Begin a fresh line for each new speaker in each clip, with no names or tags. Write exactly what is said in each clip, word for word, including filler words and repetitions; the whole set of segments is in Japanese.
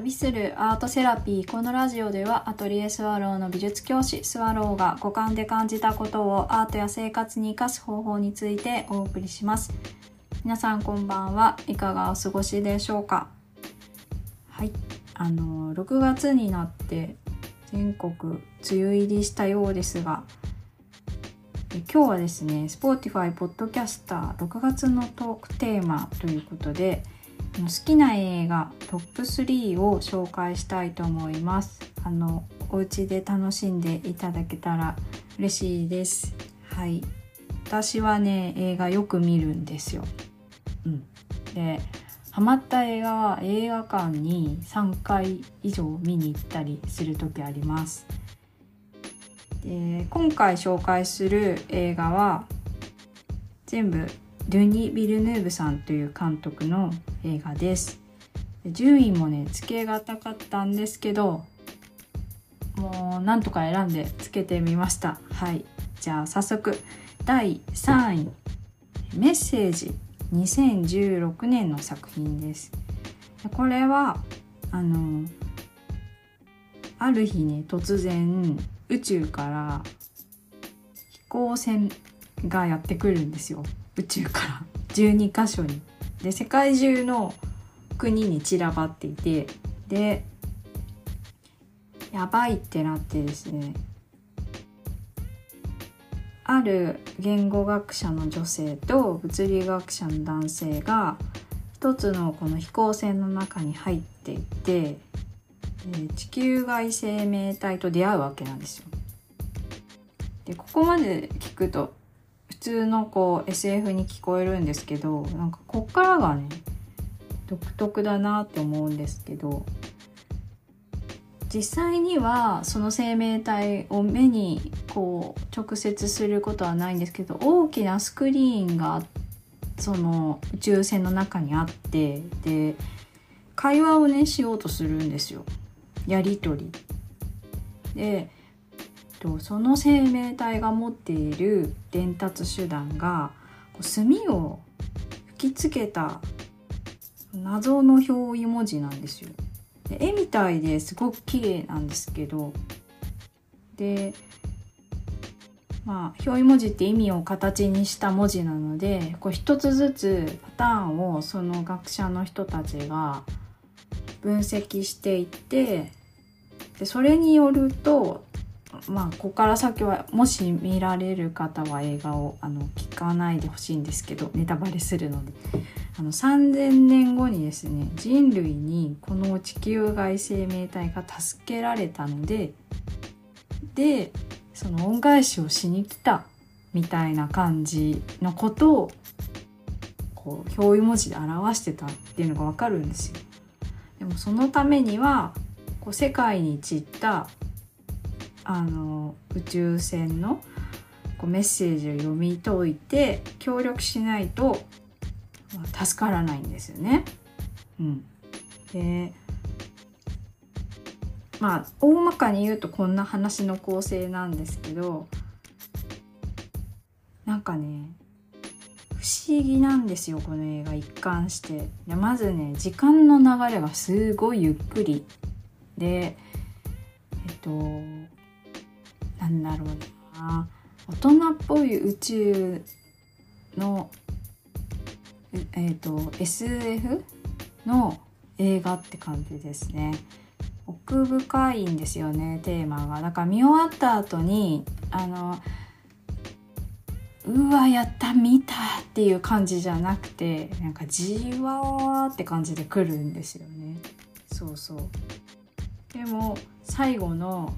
旅するアートセラピー。このラジオではアトリエスワローの美術教師スワローが五感で感じたことをアートや生活に生かす方法についてお送りします。皆さんこんばんは。いかがお過ごしでしょうか。はい、あのろくがつになって全国梅雨入りしたようですが、今日はですね Spotify ポッドキャスターろくがつのトークテーマということで、好きな映画トップスリーを紹介したいと思います。あのお家で楽しんでいただけたら嬉しいです。はい、私はね映画よく見るんですよ。うん、でハマった映画は映画館にさんかい以上見に行ったりする時あります。で今回紹介する映画は全部ドゥニ・ビルヌーヴさんという監督の映画です。で順位もねつけがたかったんですけど、もうなんとか選んでつけてみました。はい、じゃあ早速だいさんい、メッセージ。にせんじゅうろくねんの作品です。でこれはあのある日ね突然宇宙から飛行船がやってくるんですよ。宇宙からじゅうにかしょに。で世界中の国に散らばっていて、でやばいってなってですね、ある言語学者の女性と物理学者の男性が一つのこの飛行船の中に入っていって、地球外生命体と出会うわけなんですよ。でここまで聞くと普通のこう エスエフ に聞こえるんですけど、なんかこっからがね独特だなって思うんですけど、実際にはその生命体を目にこう直接することはないんですけど、大きなスクリーンがその宇宙船の中にあって、で会話をねしようとするんですよ。やり取りで、その生命体が持っている伝達手段が墨を吹きつけた謎の表意文字なんですよ。で絵みたいですごく綺麗なんですけど、でまあ表意文字って意味を形にした文字なので、こう一つずつパターンをその学者の人たちが分析していって、でそれによると、まあここから先はもし見られる方は映画をあの聞かないでほしいんですけど、ネタバレするので、あのさんぜんねんごにですね人類にこの地球外生命体が助けられたので、でその恩返しをしに来たみたいな感じのことをこう表意文字で表してたっていうのがわかるんですよ。でもそのためにはこう世界に散ったあの宇宙船のこうメッセージを読み解いて協力しないと、まあ、助からないんですよね。うん、でまあ大まかに言うとこんな話の構成なんですけど、なんかね不思議なんですよこの映画一貫して。でまずね時間の流れがすごいゆっくりで、えっとなんだろうな、大人っぽい宇宙のえっと エスエフ の映画って感じですね。奥深いんですよねテーマが。だから見終わった後にあのうわやった見たっていう感じじゃなくて、なんかじわーって感じで来るんですよね。そうそう。でも最後の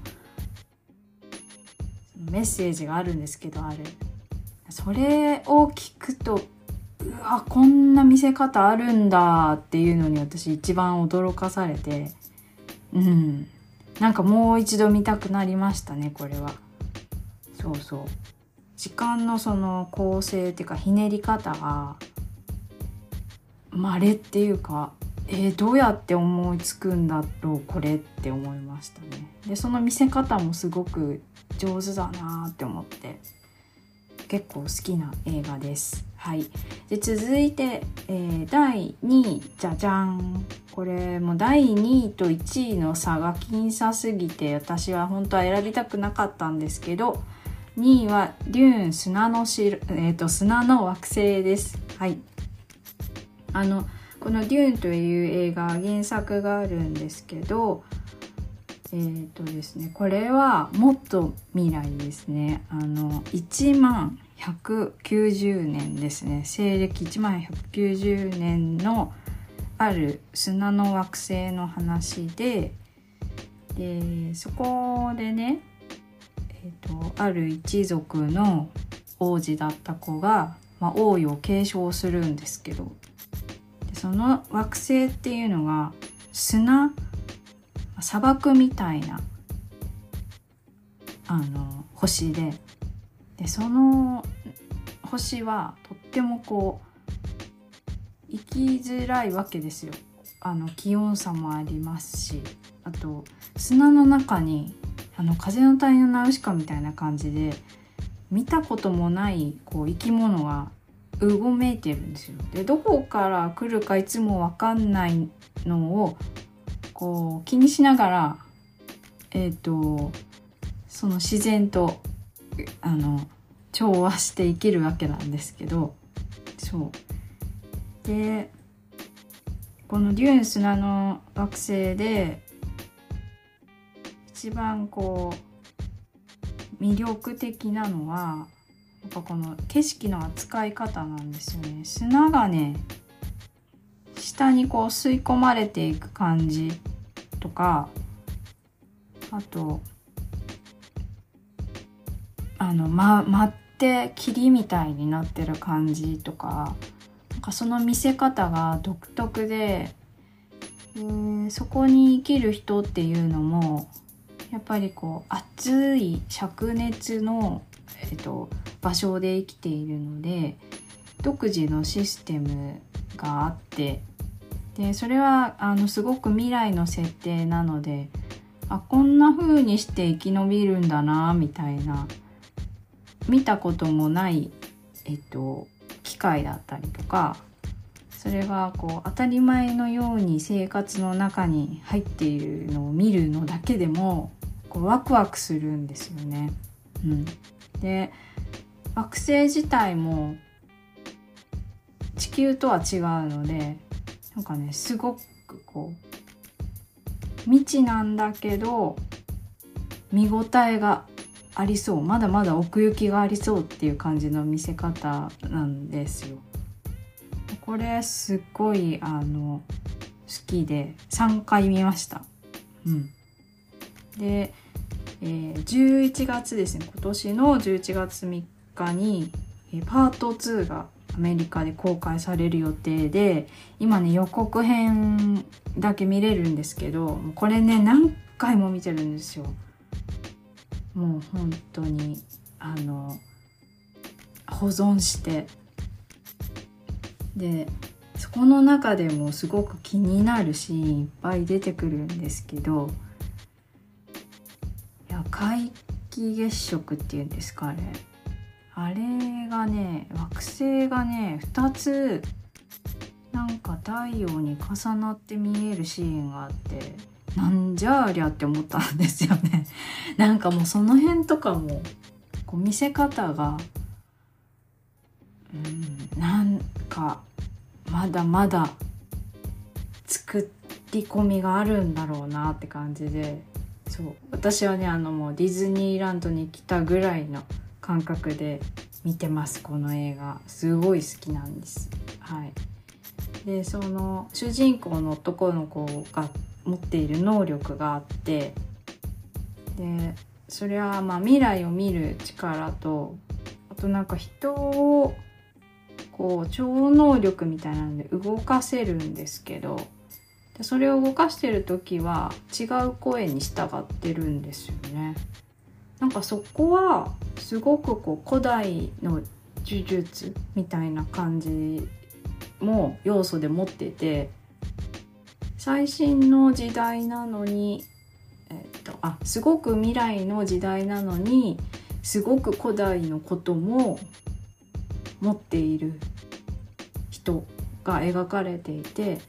メッセージがあるんですけど、あるそれを聞くと、うわこんな見せ方あるんだっていうのに私一番驚かされて、うんなんかもう一度見たくなりましたねこれは。そうそう、時間のその構成っていうかひねり方が稀っていうか、えー、どうやって思いつくんだろうこれって思いましたね。でその見せ方もすごく上手だなって思って結構好きな映画です。はい、で続いて、えー、だいにいじゃじゃん、 これもだいにいといちいの差が僅差すぎて私は本当は選びたくなかったんですけど、にいはデューン砂のし、えーと、砂の惑星です。はい。あのこのデューンという映画原作があるんですけど、えーとですね、これはもっと未来ですね。あのいちまんひゃくきゅうじゅうねんですね。西暦いちまんひゃくきゅうじゅうねんのある砂の惑星の話で、でそこでね、えーと、ある一族の王子だった子が、まあ、王位を継承するんですけど、でその惑星っていうのが砂砂漠みたいなあの星で、でその星はとってもこう生きづらいわけですよ。あの気温差もありますし、あと砂の中にあの風の谷のナウシカみたいな感じで見たこともないこう生き物がうごめいてるんですよ。でどこから来るかいつも分かんないのをこう気にしながら、えーと、その自然とあの調和して生きるわけなんですけど、そうでこのデューン砂の惑星で一番こう魅力的なのはやっぱこの景色の扱い方なんですよね。砂がね下にこう吸い込まれていく感じとか、あとあの、ま、舞って霧みたいになってる感じとか、なんかその見せ方が独特で、えー、そこに生きる人っていうのもやっぱりこう熱い灼熱の、えっと、場所で生きているので独自のシステムがあって、でそれはあのすごく未来の設定なので、あこんな風にして生き延びるんだなみたいな、見たこともない、えっと、機械だったりとか、それがこう当たり前のように生活の中に入っているのを見るのだけでもこうワクワクするんですよね。うん、で惑星自体も地球とは違うので、なんかねすごくこう未知なんだけど見応えがありそう、まだまだ奥行きがありそうっていう感じの見せ方なんですよ。これすっごいあの好きでさんかい見ました。うん、で、えー、じゅういちがつですね、今年のじゅういちがつみっかに、えー、パートツーがアメリカで公開される予定で、今ね予告編だけ見れるんですけど、これね何回も見てるんですよ。もう本当にあの保存して、でそこの中でもすごく気になるシーンいっぱい出てくるんですけど、いや皆既月食っていうんですか、あれあれがね惑星がねふたつなんか太陽に重なって見えるシーンがあって、なんじゃありゃって思ったんですよね。なんかもうその辺とかもこう見せ方が、うん、なんかまだまだ作り込みがあるんだろうなって感じで、そう私はねあのもうディズニーランドに来たぐらいの感覚で見てます。この映画すごい好きなんです。はい。でその主人公の男の子が持っている能力があって、でそれはまあ未来を見る力と、あとなんか人をこう超能力みたいなので動かせるんですけど、でそれを動かしてる時は違う声に従ってるんですよね。なんかそこはすごくこう古代の呪術みたいな感じも要素で持ってて、最新の時代なのに、えっと、あすごく未来の時代なのにすごく古代のことも持っている人が描かれていて、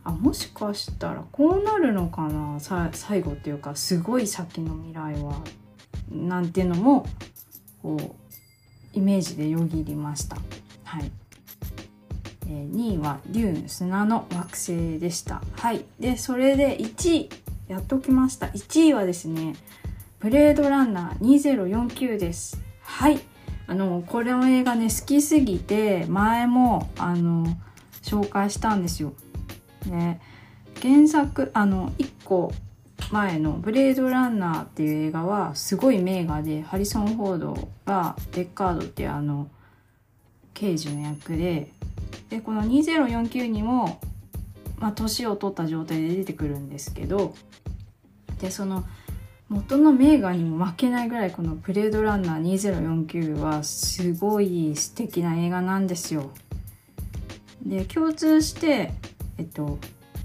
あもしかしたらこうなるのかな、さ最後っていうかすごい先の未来はなんていうのもこうイメージでよぎりました。はい。えー、にいはデューン砂の惑星でした。はい。でそれでいちいやっときました。いちいはですねブレードランナーにせんよんじゅうきゅうです。はい。あのこれの映画ね好きすぎて前もあの紹介したんですよ。ね、原作あのいっこまえのブレードランナーっていう映画はすごい名画で、ハリソン・フォードがデッカードっていうあの刑事の役で、でこのにせんよんじゅうきゅうにもまあ年を取った状態で出てくるんですけど、でその元の名画にも負けないぐらいこのブレードランナーにせんよんじゅうきゅうはすごい素敵な映画なんですよ。で共通してえっと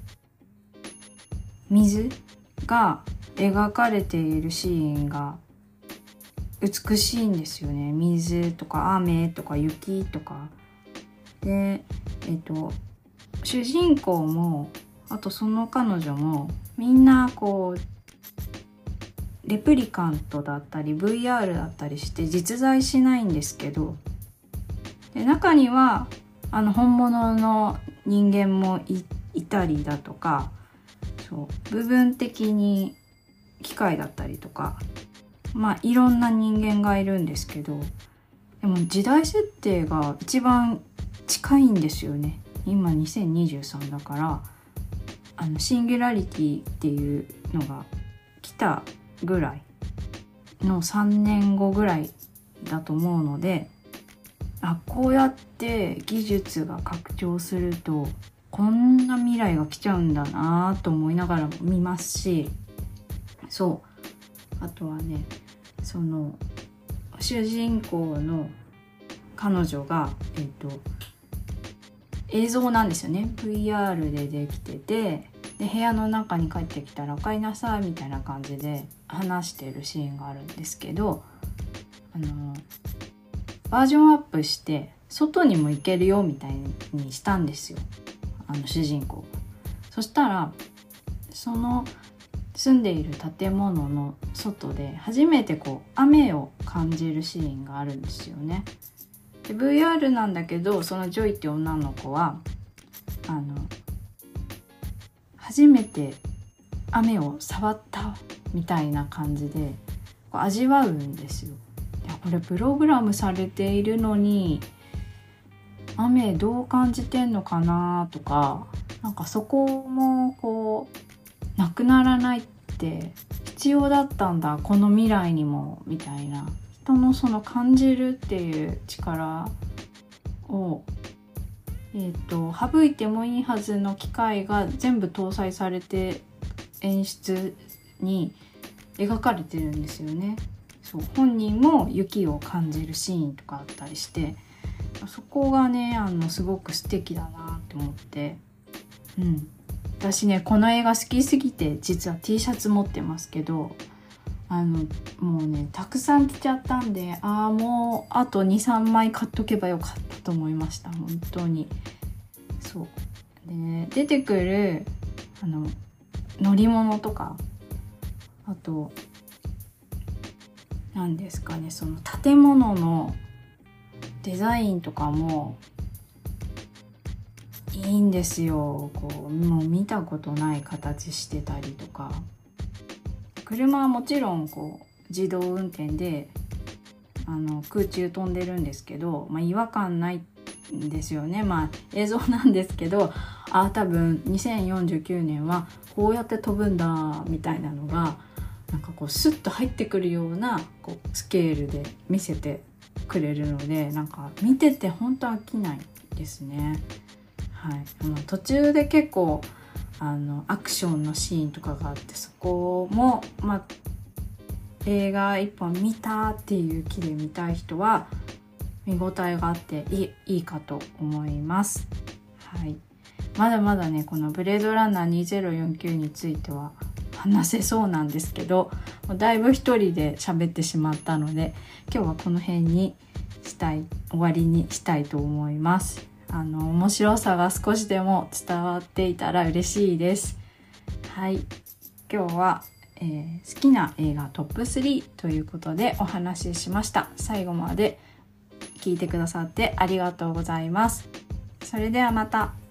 水が描かれているシーンが美しいんですよね。水とか雨とか雪とかで、えっと主人公もあとその彼女もみんなこうレプリカントだったり ブイアール だったりして実在しないんですけど、で中にはあの本物の人間も い, いたりだとか、そう部分的に機械だったりとか、まあいろんな人間がいるんですけど、でも時代設定が一番近いんですよね。今にせんにじゅうさんだからあのシンギュラリティっていうのが来たぐらいのさんねんごぐらいだと思うので、あこうやって技術が拡張するとこんな未来が来ちゃうんだなと思いながらも見ますし、そうあとはねその主人公の彼女がえっと映像なんですよね。 ブイアール でできてて、で部屋の中に帰ってきたらお帰りなさいみたいな感じで話してるシーンがあるんですけど、あのバージョンアップして外にも行けるよみたいにしたんですよ、あの主人公。そしたらその住んでいる建物の外で初めてこう雨を感じるシーンがあるんですよね。で ブイアール なんだけど、そのジョイっていう女の子はあの初めて雨を触ったみたいな感じでこう味わうんですよ。いやこれプログラムされているのに雨どう感じてんのかなとか、なんかそこもこうなくならないって必要だったんだこの未来にもみたいな、人のその感じるっていう力をえーと、省いてもいいはずの機械が全部搭載されて演出に描かれてるんですよね。そう本人も雪を感じるシーンとかあったりして、そこがねあのすごく素敵だなって思って、うん、私ねこの映画好きすぎて実は T シャツ持ってますけど、あのもうねたくさん着ちゃったんで、ああもうあと にさんまい買っとけばよかったと思いました。本当にそうで、ね、出てくるあの乗り物とか、あと何ですかね、その建物のデザインとかもいいんですよ。こうもう見たことない形してたりとか、車はもちろんこう自動運転であの空中飛んでるんですけど、まあ、違和感ないんですよね。まあ映像なんですけど、あ多分にせんよんじゅうきゅうねんはこうやって飛ぶんだみたいなのがなんかこうスッと入ってくるようなこうスケールで見せてくれるので、なんか見てて本当飽きないですね。はい、あの途中で結構あのアクションのシーンとかがあって、そこも、まあ、映画一本見たっていう気で見たい人は見応えがあっていい、いいかと思います。はい、まだまだねこのブレードランナーにせんよんじゅうきゅうについては話せそうなんですけど、だいぶ一人で喋ってしまったので今日はこの辺にしたい終わりにしたいと思います。 あの面白さが少しでも伝わっていたら嬉しいです。はい、今日は、えー、好きな映画トップスリーということでお話ししました。最後まで聞いてくださってありがとうございます。それではまた。